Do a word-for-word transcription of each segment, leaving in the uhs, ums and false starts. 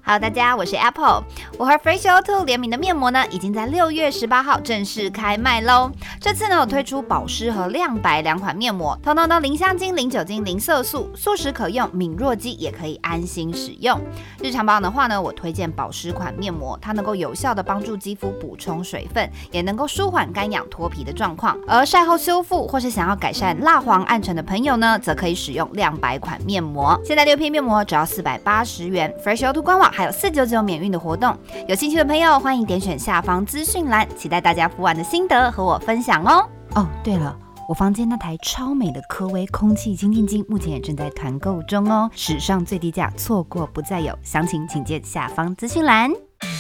Hello， 大家，我是 Apple。我和 Facial Two 联名的面膜呢，已经在六月十八号正式开卖喽。这次呢，有推出保湿和亮白两款面膜，通通都零香精、零酒精、零色素，速食可用，敏弱肌也可以安心使用。日常保养的话呢，我推荐保湿款面膜，它能够有效的帮助肌肤补充水分，也能够舒缓干痒脱皮的状况。而晒后修复或是想要改善蜡黄暗沉的朋友呢，则可以使用亮白款面膜。现在六片面膜只要四百八十元 ，Facial Two 官网还有四九九免运的活动，有兴趣的朋友欢迎点选下方资讯栏，期待大家敷完的心得和我分享哦。哦，对了，我房间那台超美的科威空气清净机目前也正在团购中哦，史上最低价，错过不再有，详情请见下方资讯栏。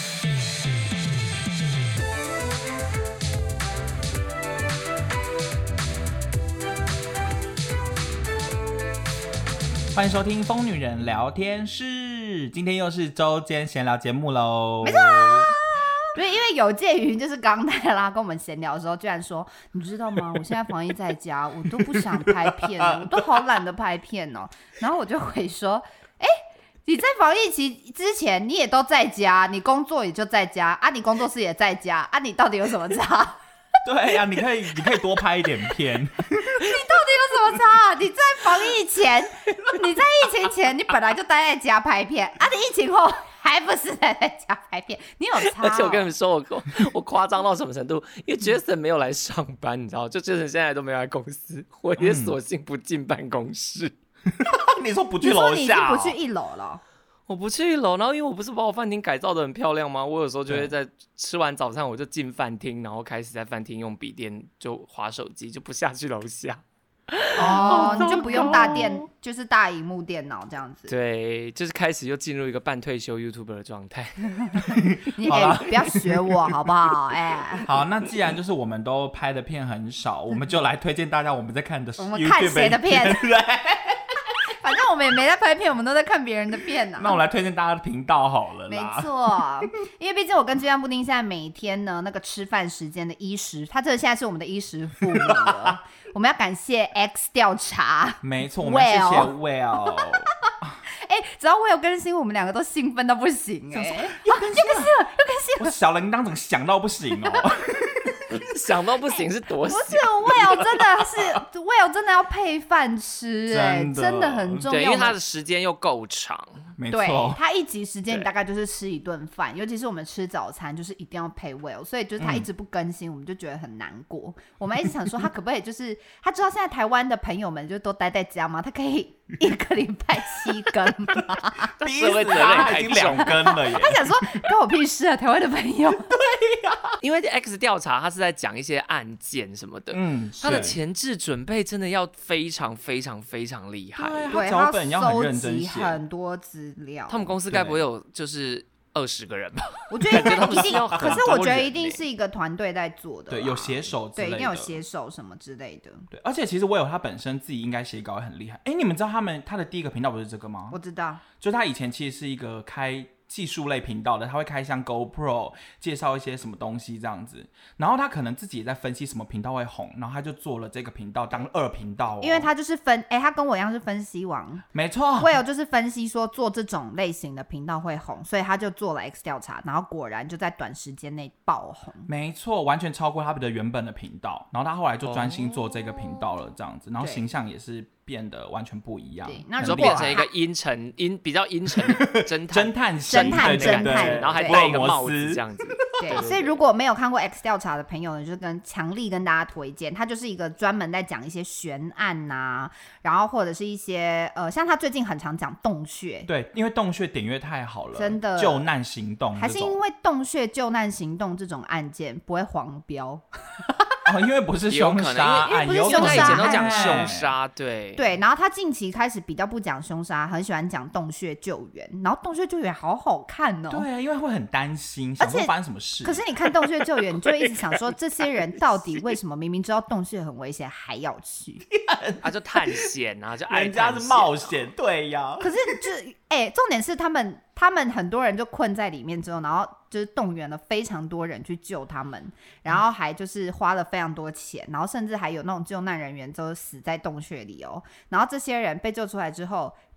欢迎收听疯女人聊天室，今天又是周间闲聊节目喽。 没错啊，因为因为有鉴于就是刚泰拉跟我们闲聊的时候，居然说你知道吗？我现在防疫在家，我都不想拍片了，我都好懒得拍片哦。然后我就回说，哎，你在防疫期之前你也都在家，你工作也就在家啊，你工作室也在家啊，你到底有什么差？ 对呀、啊，你可以你可以多拍一点片。 你到底有什么差？你在防疫前，你在疫情前，你本来就待在家拍片啊，你疫情后还不是待在家拍片？你有差、哦？ 而且我跟你们说，我我夸张到什么程度？因为 Jason 没有来上班，你知道，就 Jason 现在都没有来公司，我也索性不进办公室。 嗯、你说不去楼下、哦？ 你说你已经不去一楼了？ 我不去一楼，然后因为我不是把我饭厅改造的很漂亮吗？我有时候就会在吃完早餐我就进饭厅，然后开始在饭厅用笔电就滑手机，就不下去楼下。 哦，你就不用大电，就是大萤幕电脑这样子。 对，就是开始又进入一个半退休 YouTuber 的状态。 你哎、欸，不要学我好不好？哎、欸， 好，那既然就是我们都拍的片很少，我们就来推荐大家我们在看的 YouTube 我们看谁的片？反正我们也没在拍片，我们都在看别人的片啊。 那我来推荐大家的频道好了啦。 没错，因为毕竟我跟鸡蛋布丁现在每天呢那个吃饭时间的衣食，他这现在是我们的衣食父母了。我们要感谢 X 调查。 没错，我们谢谢 Well。 哎、欸，只要我有更新，我们两个都兴奋到不行哎、欸！又更新了，又更新了！ 我小铃铛怎么响到不行哦？ 想到不行是多想？ 不是 Will 真的是 Will 真的要配饭吃哎、欸，真的很重要。 对，因为他的时间又够长， 没错。 对，他一集时间你大概就是吃一顿饭，尤其是我们吃早餐，就是一定要配 Will， 所以就是他一直不更新，嗯、我们就觉得很难过。我们一直想说，他可不可以就是他知道现在台湾的朋友们就都待在家吗？他可以一个礼拜七更吗？ 逼死他，已经两更了耶！ 他想说关我屁事啊，台湾的朋友。 对呀、啊， 因为 X 调查他是在讲一些案件什么的，嗯，他的前置准备真的要非常非常非常厉害， 对， 脚本要很认真写， 很多资料。 他们公司该不会有就是二十个人吧？ 我觉得他们一定，可是我觉得一定是一个团队在做的， 对，有写手之类的， 对，一定有写手什么之类的。 对，而且其实我有他本身自己应该写稿也很厉害。哎，你们知道他们他的第一个频道不是这个吗？ 我知道， 就他以前其实是一个开技术类频道的，他会开箱 GoPro， 介绍一些什么东西这样子。然后他可能自己也在分析什么频道会红，然后他就做了这个频道当二频道、哦。 因为他就是分，哎、欸，他跟我一样是分析王， 没错。 Will 就是分析说做这种类型的频道会红，所以他就做了 X 调查，然后果然就在短时间内爆红。 没错，完全超过他们的原本的频道。然后他后来就专心做这个频道了，这样子，然后形象也是变得完全不一样。 对，那就变成一个阴沉、阴比较阴沉的侦探、 侦探、 侦探、侦探， 然后还戴一个帽子这样子。 对，所以如果没有看过 X 调查的朋友呢，就跟强力跟大家推荐，他就是一个专门在讲一些悬案呐、啊，然后或者是一些呃，像他最近很常讲洞穴， 对，因为洞穴点阅太好了， 真的救难行动， 还是因为洞穴救难行动这种案件不会黄标。 哦，因为不是凶杀案， 因为不是凶杀案， 以前都讲凶杀，对对。然后他近期开始比较不讲凶杀，很喜欢讲洞穴救援。然后洞穴救援好好看哦， 对啊，因为会很担心，想说发生什么事。 可是你看洞穴救援，你就会一直想说，这些人到底为什么明明知道洞穴很危险还要去？ 啊，就探险啊，就爱人家是冒险，对呀。 可是就哎、欸，重点是他们。他们很多人就困在里面之后，然后就是动员了非常多人去救他们，然后还就是花了非常多钱，然后甚至还有那种救难人员都死在洞穴里哦。然后这些人被救出来之后，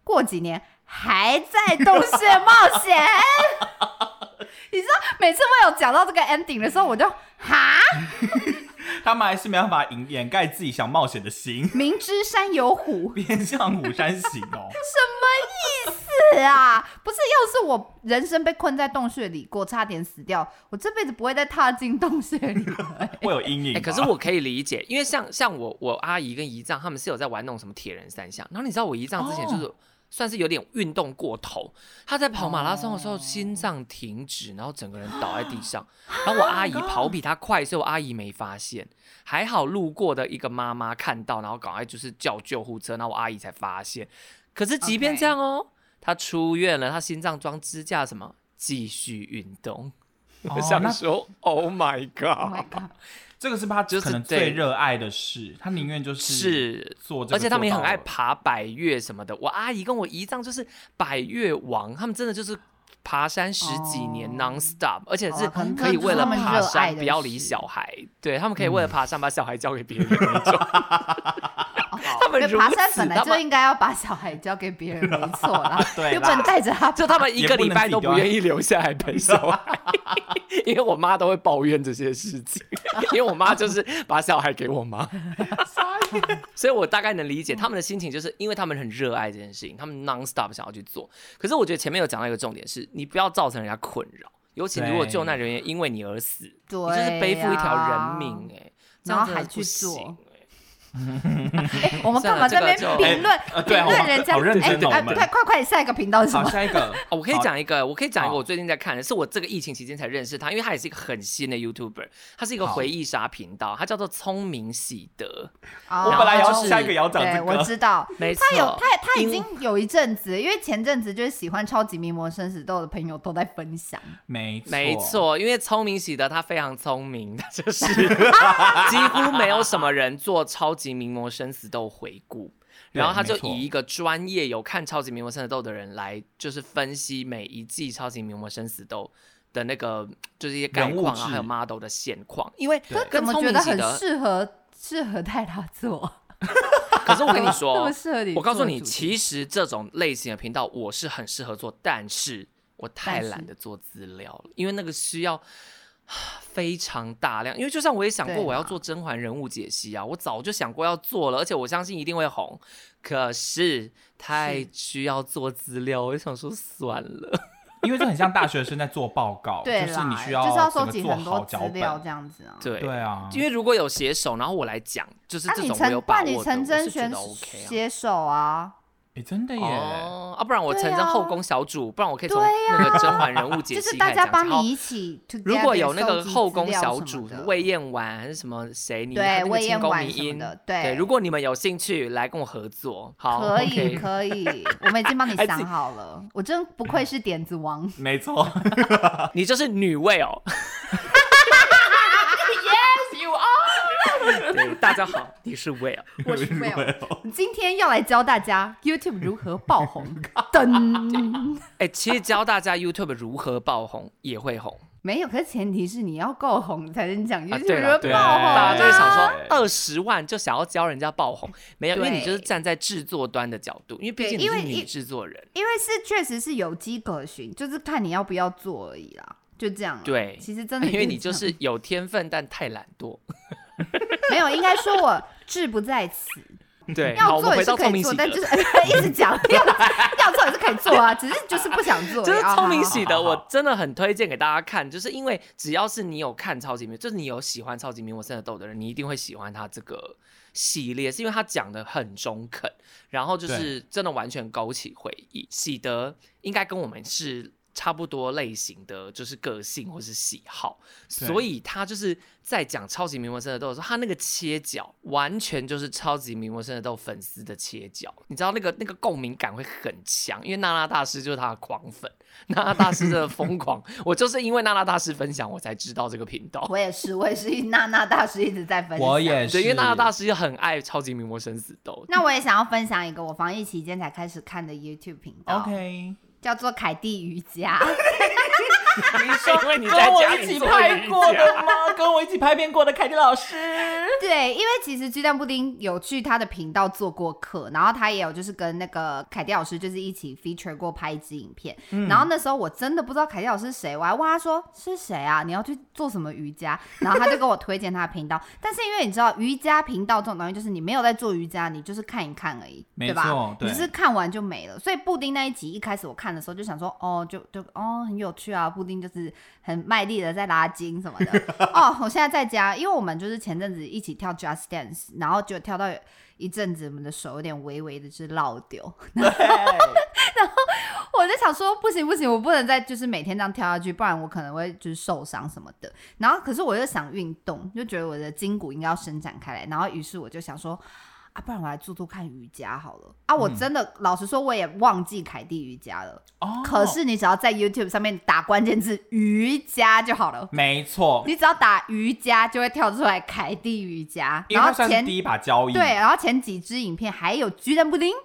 过几年还在洞穴冒险。你知道每次我有讲到这个 ending 的时候，我就哈， 他们还是没办法掩掩盖自己想冒险的心， 明知山有虎， 偏向虎山行哦。 什么意思啊？不是，要是我人生被困在洞穴里过，差点死掉，我这辈子不会再踏进洞穴里了、欸。 会有阴影、 欸。可是我可以理解，因为像像我我阿姨跟姨丈他们是有在玩那种什么铁人三项，然后你知道我姨丈之前就是。哦算是有点运动过头，他在跑马拉松的时候、oh. 心脏停止，然后整个人倒在地上。然后我阿姨跑比他快，所以我阿姨没发现，还好路过的一个妈妈看到，然后赶快就是叫救护车，然后我阿姨才发现。可是即便这样哦， okay. 他出院了，他心脏装支架什么，继续运动。Oh, 我想说 ，Oh my God！Oh my God 这个是他可能最热爱的事，他宁愿就是做这个， 而且他们也很爱爬百岳什么的。我阿姨跟我姨丈就是百岳王，他们真的就是爬山十几年、oh. non stop， 而且是可以为了爬山不要理小孩，对他们可以为了爬山把小孩交给别人那种。他们爬山本来就应该要把小孩交给别人，没错啦，又不能带着他， 就他们一个礼拜都不愿意留下来陪小孩，因为我妈都会抱怨这些事情，因为我妈就是把小孩给我妈，所以我大概能理解他们的心情，就是因为他们很热爱这件事情，他们 non stop 想要去做。可是我觉得前面有讲到一个重点是，你不要造成人家困扰，尤其如果救难人员因为你而死，你就是背负一条人命、欸，哎， 然后还去做。欸、我们干嘛在那边评论评论人家？ 好认真哦！ 哎、欸，快快快，下一个频道是什么？ 好，下一个、 哦、我可以讲一个，我可以讲一个，我最近在看的，是我这个疫情期间才认识他，因为他也是一个很新的 YouTuber， 他是一个回忆杀频道，他叫做聪明喜德。 我本来要下一个也要讲这个， 我知道， 没错， 他有他他已经有一阵子，因为前阵子就是喜欢超级名模生死斗的朋友都在分享， 没错， 没错，因为聪明喜德他非常聪明，他就是几乎没有什么人做超级名模生死斗回顾，然后他就以一个专业有看超级名模生死斗的人来，就是分析每一季超级名模生死斗的那个就是一些概况啊，还有 model 的现况，因为跟聪明喜德很适合适合带他做。 可是我跟你说， 你我告诉你，其实这种类型的频道我是很适合做，但是我太懒得做资料了，因为那个需要非常大量，因为就像我也想过我要做甄嬛人物解析啊，我早就想过要做了，而且我相信一定会红，可是太需要做资料，我就想说算了。 因为这很像大学生在做报告， 对， 就是你需要就是要收集很多资料这样子啊。 对对啊， 因为如果有写手，然后我来讲，就是这种我有把握的， 你陈真选写手啊。 哎、欸，真的耶！ 哦、啊，不然我陈真后宫小主，啊、不然我可以从那个甄嬛人物解析开始讲。 就是大家帮你一起 together， 如果有那个后宫小主，魏燕婉还是什么谁，你那个清宫迷音的，对，如果你们有兴趣来跟我合作，好， 可以、 okay、 可以，我们已经帮你想好了。我真不愧是点子王， 没错， 你就是女魏哦。对，大家好，你是 Will， 我是 Will， 今天要来教大家 YouTube 如何爆红。噔， 哎、欸，其实教大家 YouTube 如何爆红也会红， 没有，可是前提是你要够红才能讲 YouTube 如何爆红、啊。 大家就会想说，二十万就想要教人家爆红，没有，因为你就是站在制作端的角度，因为毕竟你是女制作人， 因为是确实是有迹可循，就是看你要不要做而已啦，就这样。 对， 其实真的， 因为你就是有天分，但太懒惰。 没有，应该说我志不在此。 对， 要做也是可以做，但就是一直讲要要做也是可以做啊，只是就是不想做。 就是聪明喜德，我真的很推荐给大家看，就是因为只要是你有看超级名，就是你有喜欢超级名模生死斗的人，你一定会喜欢他这个系列，是因为他讲的很中肯，然后就是真的完全勾起回忆。喜德应该跟我们是差不多类型的，就是个性或是喜好，所以他就是在讲超级名模生死斗的时候，他那个切角完全就是超级名模生死斗粉丝的切角，你知道那个那个共鸣感会很强，因为娜娜大师就是他的狂粉，娜娜大师的疯狂，我就是因为娜娜大师分享我才知道这个频道。 我也是，我也是娜娜大师一直在分享， 我也是， 对，因为娜娜大师很爱超级名模生死斗。 那我也想要分享一个我防疫期间才开始看的 YouTube 频道。 OK。 叫做凯蒂瑜伽。 你说因为你在跟我一起拍过的吗？跟我一起拍片过的凯蒂老师。 对，因为其实鸡蛋布丁有去他的频道做过课，然后他也有就是跟那个凯蒂老师就是一起 feature 过拍一支影片、嗯、然后那时候我真的不知道凯蒂老师是谁，我还问他说是谁啊，你要去做什么瑜伽，然后他就跟我推荐他的频道但是因为你知道瑜伽频道这种东西就是你没有在做瑜伽，你就是看一看而已，对吧？ 对， 你是看完就没了，所以布丁那一集一开始我看的时候就想说哦就就哦很有趣啊，布丁就是很卖力的在拉筋什么的哦我现在在家，因为我们就是前阵子一起跳 Just Dance， 然后就跳到一阵子我们的手有点微微的就是落丢，然后然后我就想说不行不行，我不能再就是每天这样跳下去，不然我可能会就是受伤什么的，然后可是我就想运动，就觉得我的筋骨应该要伸展开来，然后于是我就想说啊，不然我来做做看瑜伽好了啊！我真的、嗯、老实说，我也忘记凯蒂瑜伽了。哦，可是你只要在 YouTube 上面打关键字瑜伽就好了。 没错， 你只要打瑜伽就会跳出来凯蒂瑜伽， 因为它算是第一把交椅。 对，然后前几支影片还有鸡蛋布丁。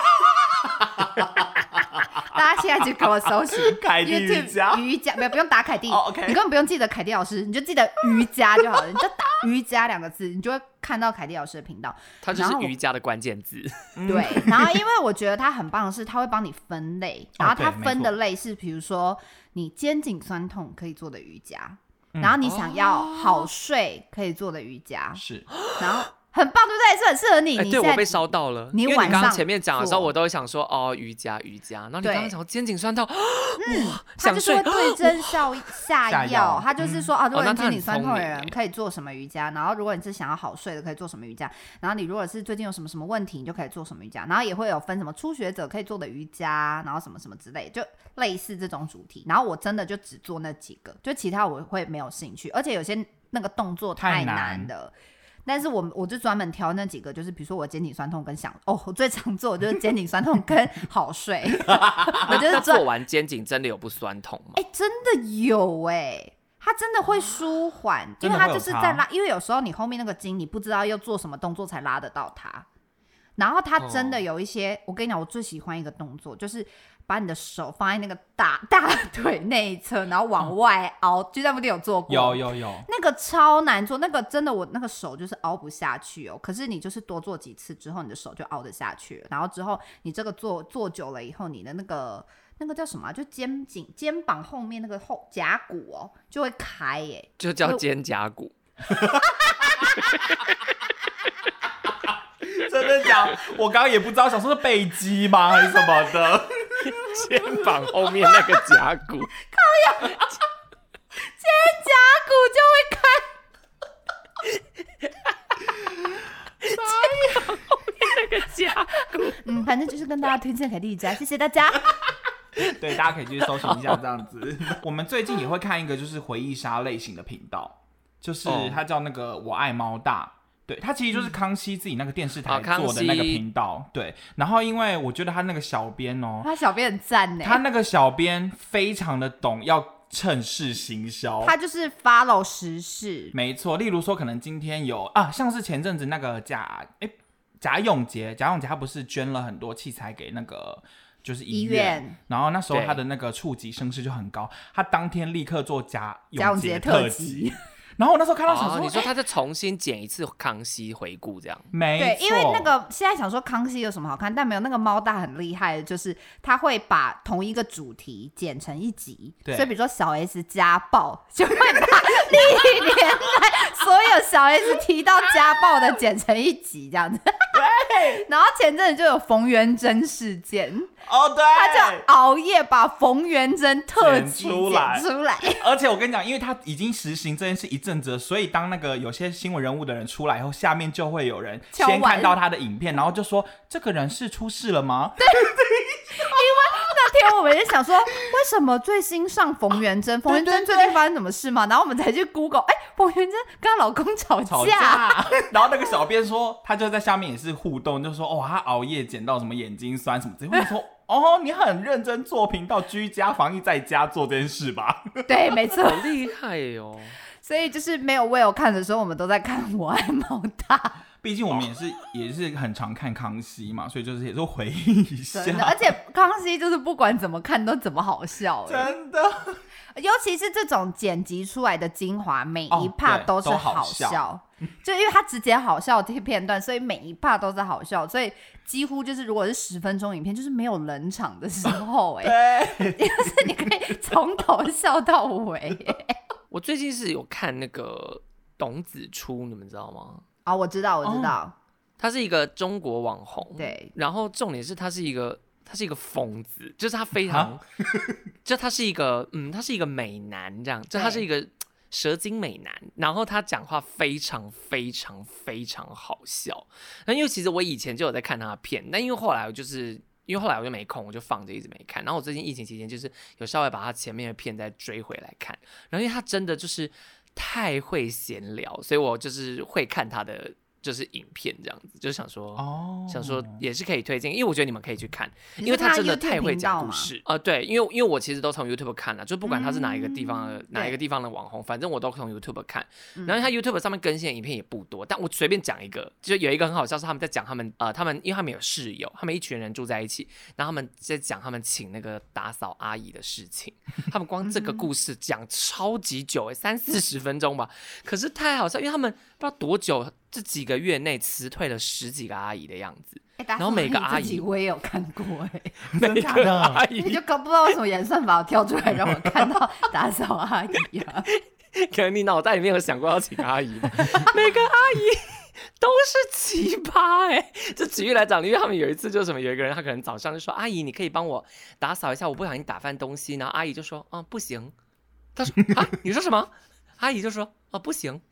大家现在就给我搜寻凯蒂瑜伽， 瑜伽不用打凯蒂、 oh, okay. 你根本不用记得凯蒂老师，你就记得瑜伽就好了。你就打瑜伽两个字，你就会看到凯蒂老师的频道。 它就是瑜伽的关键字。 对，然后因为我觉得它很棒的是，它会帮你分类，然后它分的类是，比如说你肩颈酸痛可以做的瑜伽，嗯、然后你想要好睡可以做的瑜伽， 是， 然后。很棒，对不对？是很适合你。 欸、 你对我被烧到了， 你晚上因为你刚刚前面讲的时候，我都会想说哦，瑜伽瑜伽。然后你刚刚讲肩颈酸痛， 嗯，它就是会对症下下药。它就是说、嗯、啊，如果你肩颈酸痛的人可以做什么瑜伽，哦、然后如果你是想要好睡的，可以做什么瑜伽。然后你如果是最近有什么什么问题，你就可以做什么瑜伽。然后也会有分什么初学者可以做的瑜伽，然后什么什么之类，就类似这种主题。然后我真的就只做那几个，就其他我会没有兴趣，而且有些那个动作太难了。但是我我就专门挑那几个，就是比如说我肩颈酸痛跟想哦，我最常做的就是肩颈酸痛跟好睡。我就是做, 做完肩颈真的有不酸痛吗？ 哎、欸，真的有哎、欸，它真的会舒缓，因为它就是在拉，因为有时候你后面那个筋你不知道要做什么动作才拉得到它。然后它真的有一些，哦、我跟你讲，我最喜欢一个动作就是把你的手放在那个大大腿内侧，然后往外凹。鸡蛋布丁有做过？ 有有有。 那个超难做，那个真的我那个手就是凹不下去哦。可是你就是多做几次之后，你的手就凹得下去了。然后之后你这个做做久了以后，你的那个那个叫什么、啊？就肩颈、肩膀后面那个后胛骨哦，就会开耶， 就叫肩胛骨。 真的假的？我刚刚也不知道，想说是背肌吗还是什么的？ 肩膀后面那个胛骨， 靠呀，肩胛骨就会开。 肩膀后面那个胛骨， 嗯，反正就是跟大家推荐凯蒂瑜伽，谢谢大家。 对，大家可以去搜寻一下这样子。我们最近也会看一个就是回忆杀类型的频道，就是它叫那个我爱猫大。对，他其实就是康熙自己那个电视台做的那个频道、哦、对，然后因为我觉得他那个小编哦， 他小编很赞耶， 他那个小编非常的懂要趁势行销， 他就是 follow 时事， 没错，例如说可能今天有啊，像是前阵子那个贾哎贾永杰，贾永杰他不是捐了很多器材给那个就是医 院, 医院然后那时候他的那个触及声势就很高，他当天立刻做贾永杰特辑。然后我那时候看到想说、 哦、你说他再重新剪一次康熙回顾这样， 没错， 对，因为那个现在想说康熙有什么好看，但没有那个猫大很厉害的，就是他会把同一个主题剪成一集，所以比如说小 S 家暴，就会把历年来所有小 S 提到家暴的剪成一集这样子。对，然后前阵子就有冯元珍事件。 哦，对， 他就熬夜把冯元珍特辑剪出来， 出来而且我跟你讲，因为他已经实行这件事一阵子了，所以当那个有些新闻人物的人出来以后，下面就会有人先看到他的影片，然后就说这个人是出事了吗？ 对，因为那天我们就想说，为什么最新上冯元珍？冯元珍最近发生什么事吗？然后我们才去 Google， 哎，冯元珍跟她老公吵架， 吵架然后那个小编说，他就在下面也是互动，就说哦，他熬夜剪到什么眼睛酸什么之类的，说。哦，你很认真做频道，居家防疫在家做这件事吧？ 对，没错， 好厉害哦！ 所以就是没有 Will 看的时候，我们都在看《我爱猫大》。 毕竟我们也是也是很常看康熙嘛，所以就是也是回忆一下。 真的，而且康熙就是不管怎么看都怎么好笑， 真的。 尤其是这种剪辑出来的精华，每一 part 都是好笑， 哦、 就因为他只剪好笑的片段，所以每一 part 都是好笑，所以几乎就是如果是十分钟影片，就是没有冷场的时候、欸，哎，就是你可以从头笑到尾、欸。 我最近是有看那个董子初，你们知道吗？ 啊、哦，我知道，我知道， 哦、他是一个中国网红， 对， 然后重点是他是一个。他是一个疯子，就是他非常，就他是一个，嗯，他是一个美男，这样，就他是一个蛇精美男，然后他讲话非常非常非常好笑。那因为其实我以前就有在看他的片，但因为后来我就是因为后来我就没空，我就放着一直没看。然后我最近疫情期间就是有稍微把他前面的片再追回来看，然后因为他真的就是太会闲聊，所以我就是会看他的。就是影片这样子，就是想说，哦，想说也是可以推荐，因为我觉得你们可以去看，因为他真的太会讲故事。呃，对，因为因为我其实都从 YouTube 看了，就不管他是哪一个地方的、嗯、哪一个地方的网红，反正我都从 YouTube 看。然后他 YouTube 上面更新的影片也不多，但我随便讲一个，就有一个很好笑，是他们在讲他们呃，他们因为他们有室友，他们一群人住在一起，然后他们在讲他们请那个打扫阿姨的事情，他们光这个故事讲超级久、欸，三四十分钟吧，可是太好笑，因为他们不知道多久。这几个月内辞退了十几个阿姨的样子，欸、然后每个阿姨我也有看过哎、欸， 每个阿姨你就不知道为什么演算法跳出来让我看到打扫阿姨啊？ 可能你脑袋里面有想过要请阿姨吧？每个阿姨都是奇葩哎、欸！就举例来讲，因为他们有一次就什么，有一个人他可能早上就说：“阿姨，你可以帮我打扫一下，我不小心打翻东西。”然后阿姨就说：“嗯，不行。”他说：“啊，你说什么？”阿姨就说：“哦，不行。”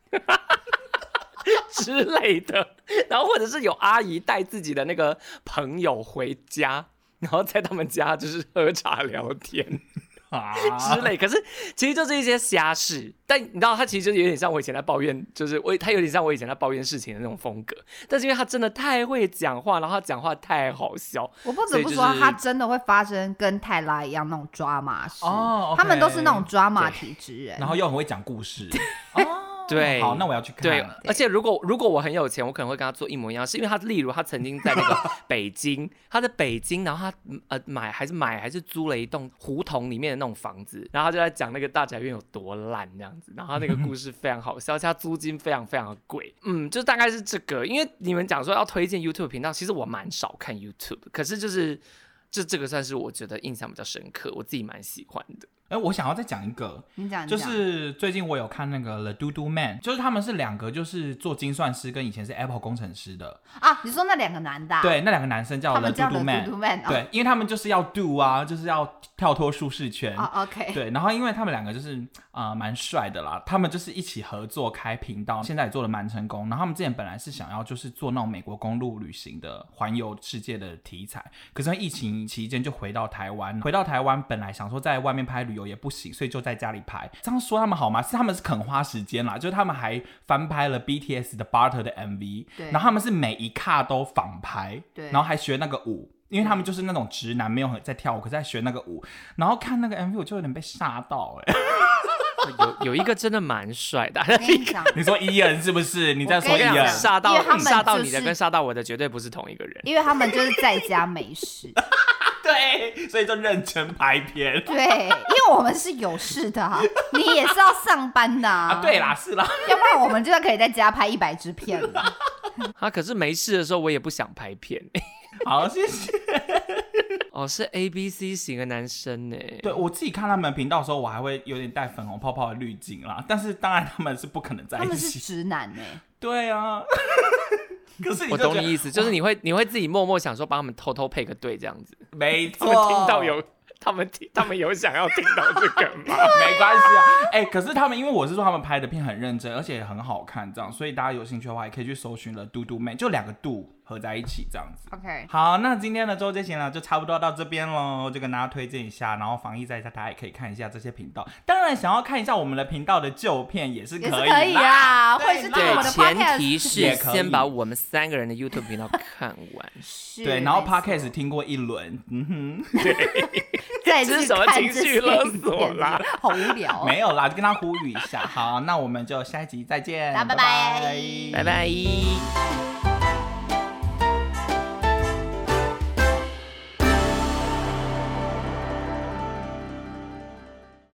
之类的，然后或者是有阿姨带自己的那个朋友回家，然后在他们家就是喝茶聊天啊之类。可是其实就是一些瞎事，但你知道他其实就是有点像我以前在抱怨，就是我他有点像我以前在抱怨事情的那种风格。但是因为他真的太会讲话，然后他讲话太好笑， 我不得不说，他真的会发生跟泰拉一样那种抓马事哦， okay, 他们都是那种抓马体质人， 然后又很会讲故事哦。 对， 好，那我要去看。 对，而且如果如果我很有钱，我可能会跟他做一模一样，是因为他例如他曾经在那个北京，他在北京，然后他呃买还是买还是租了一栋胡同里面的那种房子，然后他就在讲那个大宅院有多烂这样子，然后他那个故事非常好笑，而且他租金非常非常的贵，嗯，就大概是这个。因为你们讲说要推荐 YouTube 频道，其实我蛮少看 YouTube， 可是就是就这个算是我觉得印象比较深刻，我自己蛮喜欢的。 哎、欸，我想要再讲一个， 你讲， 就是最近我有看那个 The Doodoo Man， 就是他们是两个，就是做精算师跟以前是 Apple 工程师的啊。你说那两个男的、啊？ 对，那两个男生叫 The Doodoo Man， Man 对，因为他们就是要 do 啊，就是要跳脱舒适圈。 哦、oh, ，OK。 对，然后因为他们两个就是呃蛮帅的啦，他们就是一起合作开频道，现在也做的蛮成功。然后他们之前本来是想要就是做那种美国公路旅行的环游世界的题材，可是因为疫情期间就回到台湾，回到台湾本来想说在外面拍旅游也不行，所以就在家里拍。这样说他们好吗？是他们是肯花时间啦，就是他们还翻拍了 B T S 的 Butter 的 M V， 然后他们是每一卡都仿拍，然后还学那个舞。因为他们就是那种直男，没有在跳舞，可是在学那个舞，然后看那个 M V 我就有点被吓到哎、 欸。有有一个真的蛮帅的， 你说伊恩是不是？你在说伊恩？ 吓到吓到你的跟吓到我的绝对不是同一个人， 因为他们就是在家没事。 对，所以就认真拍片。 对，因为我们是有事的、啊，你也是要上班的 啊, 啊。对啦，是啦， 要不然我们就可以在家拍一百支片了。 啊，可是没事的时候我也不想拍片。 好，谢谢。 哦，是 A B C 型的男生呢。 对，我自己看他们频道的时候，我还会有点带粉红泡泡的滤镜啦。但是当然他们是不可能在一起， 他们是直男呢。 对啊。可是你我懂你意思，就是你会你会自己默默想说，帮他们偷偷配个对这样子。 没错。 他们听到有。他们听，他们有想要听到这个吗？ 没关系啊，哎、欸，可是他们因为我是说他们拍的片很认真，而且很好看，这样，所以大家有兴趣的话，也可以去搜寻了 Doodoo Man， 就两个 do 合在一起这样子。 OK， 好，那今天的周间闲聊就差不多到这边喽，就跟大家推荐一下，然后防疫在家，大家也可以看一下这些频道。当然，想要看一下我们的频道的旧片也是可以， 也是可以啊，或者是听我们的 podcast， 前提是先把我们三个人的 YouTube 频道看完。 对，然后 podcast 听过一轮，嗯哼， 对， 再这是什么情绪勒索啦？ 好无聊。 没有啦，就跟他呼吁一下。好，那我们就下一集再见， 拜拜， 拜拜。